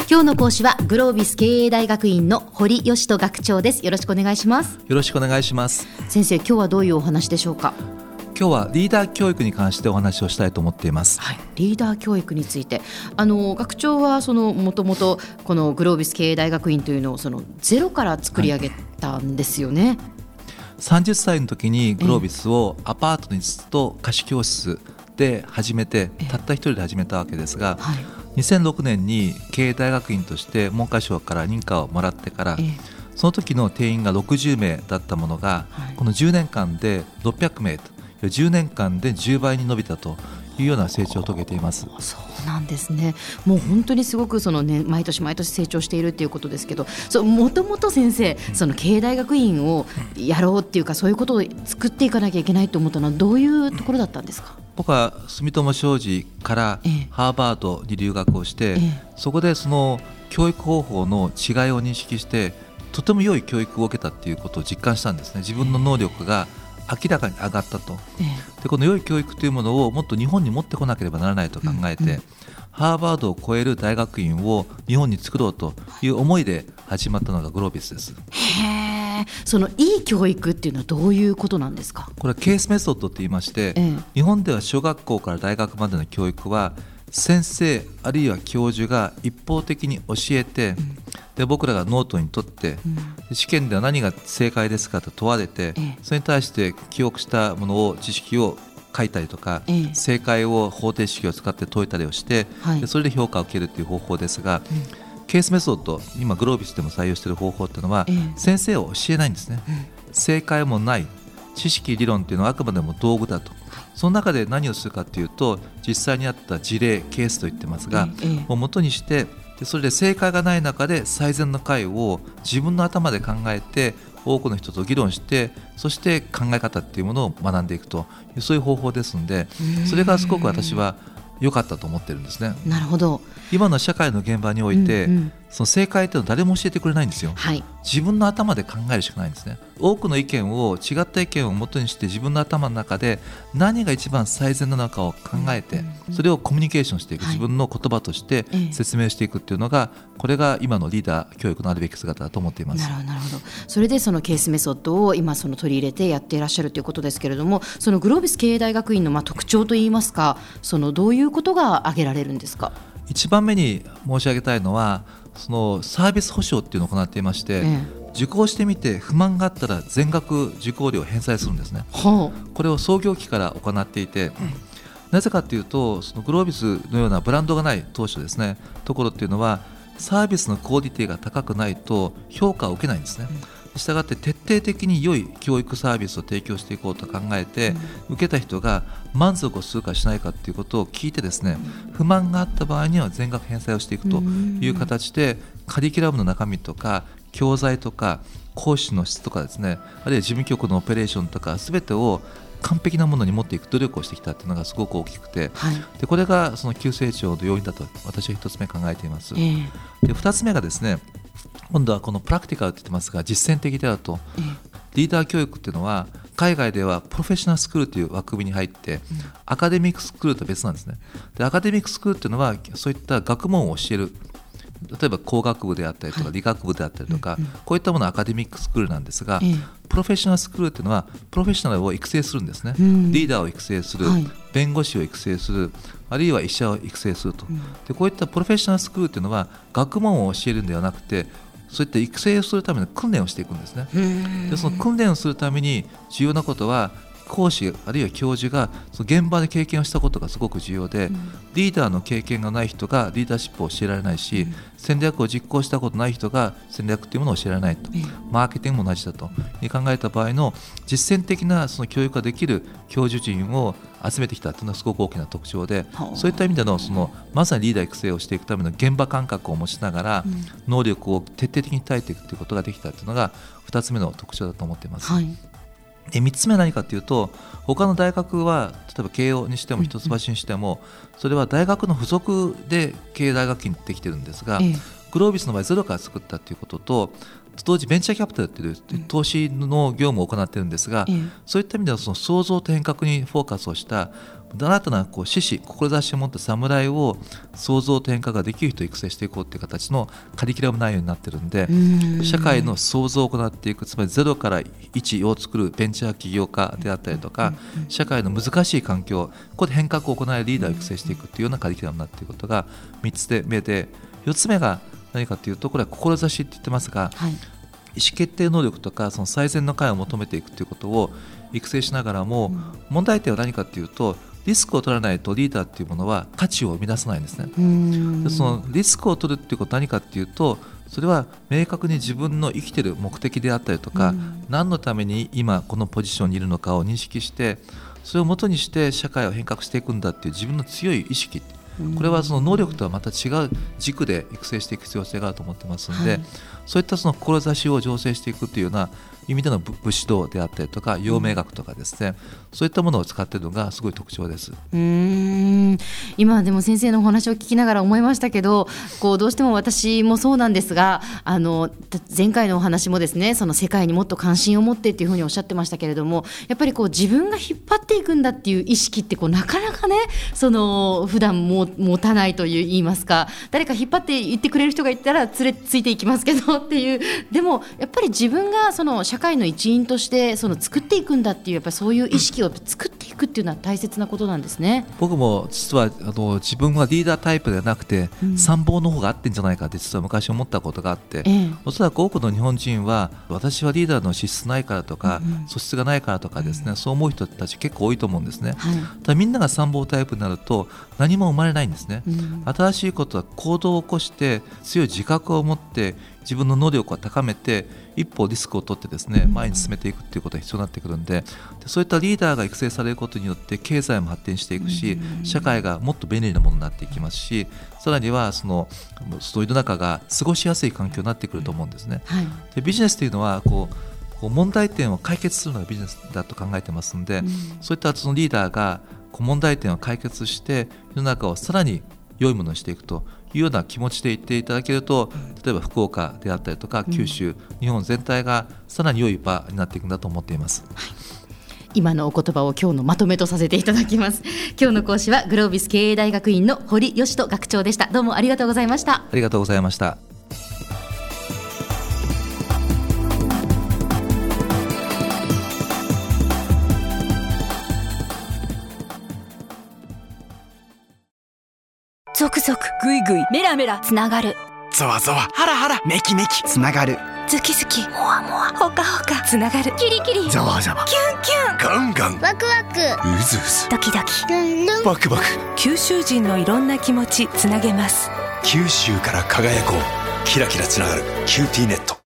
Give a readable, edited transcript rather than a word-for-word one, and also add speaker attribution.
Speaker 1: 今日の講師はグロービス経営大学院の堀義人学長です。よろしくお願いします。
Speaker 2: よろしくお願いします。
Speaker 1: 先生、今日はどういうお話でしょうか？
Speaker 2: 今日はリーダー教育に関してお話をしたいと思っています。
Speaker 1: はい、リーダー教育について学長はもともとこのグロービス経営大学院というのをゼロから作り上げたんですよね。
Speaker 2: 30歳の時にグロービスをアパートにと貸し教室で始めて、たった一人で始めたわけですが、2006年に経営大学院として文科省から認可をもらってから、その時の定員が60名だったものが、この10年間で600名と10年間で10倍に伸びたというような成長を遂げています。
Speaker 1: そうなんですね。もう本当にすごく毎年毎年成長しているということですけど、もともと先生、経営大学院をやろうっていうか、そういうことを作っていかなきゃいけないと思ったのはどういうところだったんですか？
Speaker 2: 僕は住友商事からハーバードに留学をして、そこでその教育方法の違いを認識して、とても良い教育を受けたっていうことを実感したんですね。自分の能力が明らかに上がったと。でこの良い教育というものをもっと日本に持ってこなければならないと考えて、ハーバードを超える大学院を日本に作ろうという思いで始まったのがグロービスです。
Speaker 1: へー、いい教育っていうのはどういうことなんですか？
Speaker 2: これはケースメソッドといいまして、日本では小学校から大学までの教育は先生あるいは教授が一方的に教えて、で僕らがノートに取って、試験では何が正解ですかと問われて、それに対して記憶したものを知識を書いたりとか、正解を方程式を使って解いたりをして、でそれで評価を受けるという方法ですが、ケースメソッド、今グロービスでも採用している方法というのは、先生を教えないんですね。正解もない、知識理論というのはあくまでも道具だと。その中で何をするかというと、実際にあった事例ケースと言ってますが、を元にして、でそれで正解がない中で最善の解を自分の頭で考えて、多くの人と議論して、そして考え方っていうものを学んでいくという、そういう方法ですので、それがすごく私は良かったと思ってるんですね。
Speaker 1: なるほど。
Speaker 2: 今の社会の現場において、その正解っていうのは誰も教えてくれないんですよ。自分の頭で考えるしかないんですね。多くの意見を、違った意見を元にして、自分の頭の中で何が一番最善なのかを考えて、それをコミュニケーションしていく、自分の言葉として説明していくっていうのが、これが今のリーダー教育のあるべき姿だと思っています。
Speaker 1: なるほど。それでそのケースメソッドを今取り入れてやっていらっしゃるということですけれども、そのグロービス経営大学院の特徴といいますか、どういうことが挙げられるんですか？
Speaker 2: 一番目に申し上げたいのは、そのサービス保証っていうのを行っていまして、受講してみて不満があったら全額受講料を返済するんですね。これを創業期から行っていて、なぜかというと、そのグロービスのようなブランドがない当初ですね、ところっていうのはサービスのクオリティが高くないと評価を受けないんですね。したがって徹底的に良い教育サービスを提供していこうと考えて、受けた人が満足をするかしないかということを聞いてですね、不満があった場合には全額返済をしていくという形で、カリキュラムの中身とか教材とか講師の質とかですね、あるいは事務局のオペレーションとか全てを完璧なものに持っていく努力をしてきたというのがすごく大きくて、でこれがその急成長の要因だと私は一つ目考えています。で二つ目がですね、今度はこのプラクティカルと言ってますが、実践的であると。リーダー教育っていうのは海外ではプロフェッショナルスクールという枠組みに入って、アカデミックスクールと別なんですね。でアカデミックスクールっていうのはそういった学問を教える、例えば工学部であったりとか理学部であったりとか、こういったものはアカデミックスクールなんですが、プロフェッショナルスクールっていうのはプロフェッショナルを育成するんですね。リーダーを育成する、弁護士を育成する、あるいは医者を育成すると。でこういったプロフェッショナルスクールっていうのは学問を教えるんではなくて、そういった育成をするための訓練をしていくんですね。でその訓練をするために重要なことは、講師あるいは教授がその現場で経験をしたことがすごく重要で、リーダーの経験がない人がリーダーシップを教えられないし、戦略を実行したことない人が戦略というものを教えられないと。マーケティングも同じだと考えた場合の実践的なその教育ができる教授陣を集めてきたというのはすごく大きな特徴で、そういった意味でのまさにリーダー育成をしていくための現場感覚を持ちながら、能力を徹底的に鍛えていくということができたというのが2つ目の特徴だと思っています。で3つ目は何かというと、他の大学は例えば慶応にしても一橋にしても、それは大学の付属で経営大学院できてるんですが、グロービスの場合ゼロから作ったということと、当時ベンチャーキャピタルという投資の業務を行っているんですが、そういった意味ではその創造と変革にフォーカスをした新たな志志志を持った侍を創造と変化ができる人を育成していこうという形のカリキュラム内容になっているので、社会の創造を行っていく、つまりゼロから1を作るベンチャー起業家であったりとか、社会の難しい環境、ここで変革を行えるリーダーを育成していくというようなカリキュラムになっていることが3つ目で、4つ目が何かというと、これは志って言ってますが、意思決定能力とかその最善の解を求めていくということを育成しながらも、問題点は何かというと、リスクを取らないとリーダーっていうものは価値を生み出さないんですね。でそのリスクを取るっていうことは何かっていうと、それは明確に自分の生きている目的であったりとか、何のために今このポジションにいるのかを認識して、それをもとにして社会を変革していくんだっていう自分の強い意識、これはその能力とはまた違う軸で育成していく必要性があると思ってますので、そういったその志を醸成していくというような意味での武士道であったりとか陽明学とかですね、そういったものを使っているのがすごい特徴です。
Speaker 1: 今でも先生のお話を聞きながら思いましたけど、どうしても私もそうなんですが、前回のお話もですね、その世界にもっと関心を持ってっていうふうにおっしゃってましたけれども、やっぱり自分が引っ張っていくんだっていう意識ってなかなかね、普段持たないと言いますか、誰か引っ張っていってくれる人がいたらついていきますけどっていう、でもやっぱり自分が社会の一員として作っていくんだっていう、やっぱりそういう意識を作っていくっていうのは大切なことなんですね。
Speaker 2: 僕も実は自分はリーダータイプではなくて、参謀の方が合ってんじゃないかって実は昔思ったことがあって、おそらく多くの日本人は私はリーダーの資質ないからとか、素質がないからとかですね、そう思う人たち結構多いと思うんですね。ただみんなが参謀タイプになると何も生まれないんですね。新しいことは行動を起こして強い自覚を持って自分の能力を高めて一歩リスクを取ってですね、前に進めていくということが必要になってくるんで、そういったリーダーが育成されることによって経済も発展していくし、社会がもっと便利なものになっていきますし、さらにはそういう世の中が過ごしやすい環境になってくると思うんですね。でビジネスというのは問題点を解決するのがビジネスだと考えてますので、そういったそのリーダーが問題点を解決して世の中をさらに良いものにしていくというような気持ちで言っていただけると、例えば福岡であったりとか九州、日本全体がさらに良い場になっていくんだと思っています。
Speaker 1: 今のお言葉を今日のまとめとさせていただきます。今日の講師はグロービス経営大学院の堀義人学長でした。どうもありがとうございました。
Speaker 2: ありがとうございました。
Speaker 3: ゾクゾクグイグイメラメラつながる、
Speaker 4: ゾワゾワハラハラメキメキつながる、
Speaker 3: ズキズキモワモワホカホカつながる、キリキリ
Speaker 4: ザワザワ
Speaker 3: キュンキュン
Speaker 4: ガンガン
Speaker 5: ワクワク
Speaker 4: うずうず
Speaker 3: ドキドキ
Speaker 5: ルンルン
Speaker 4: バクバク、
Speaker 3: 九州人のいろんな気持ちつなげます。
Speaker 4: 九州から輝こう、キラキラつながるキューティーネット。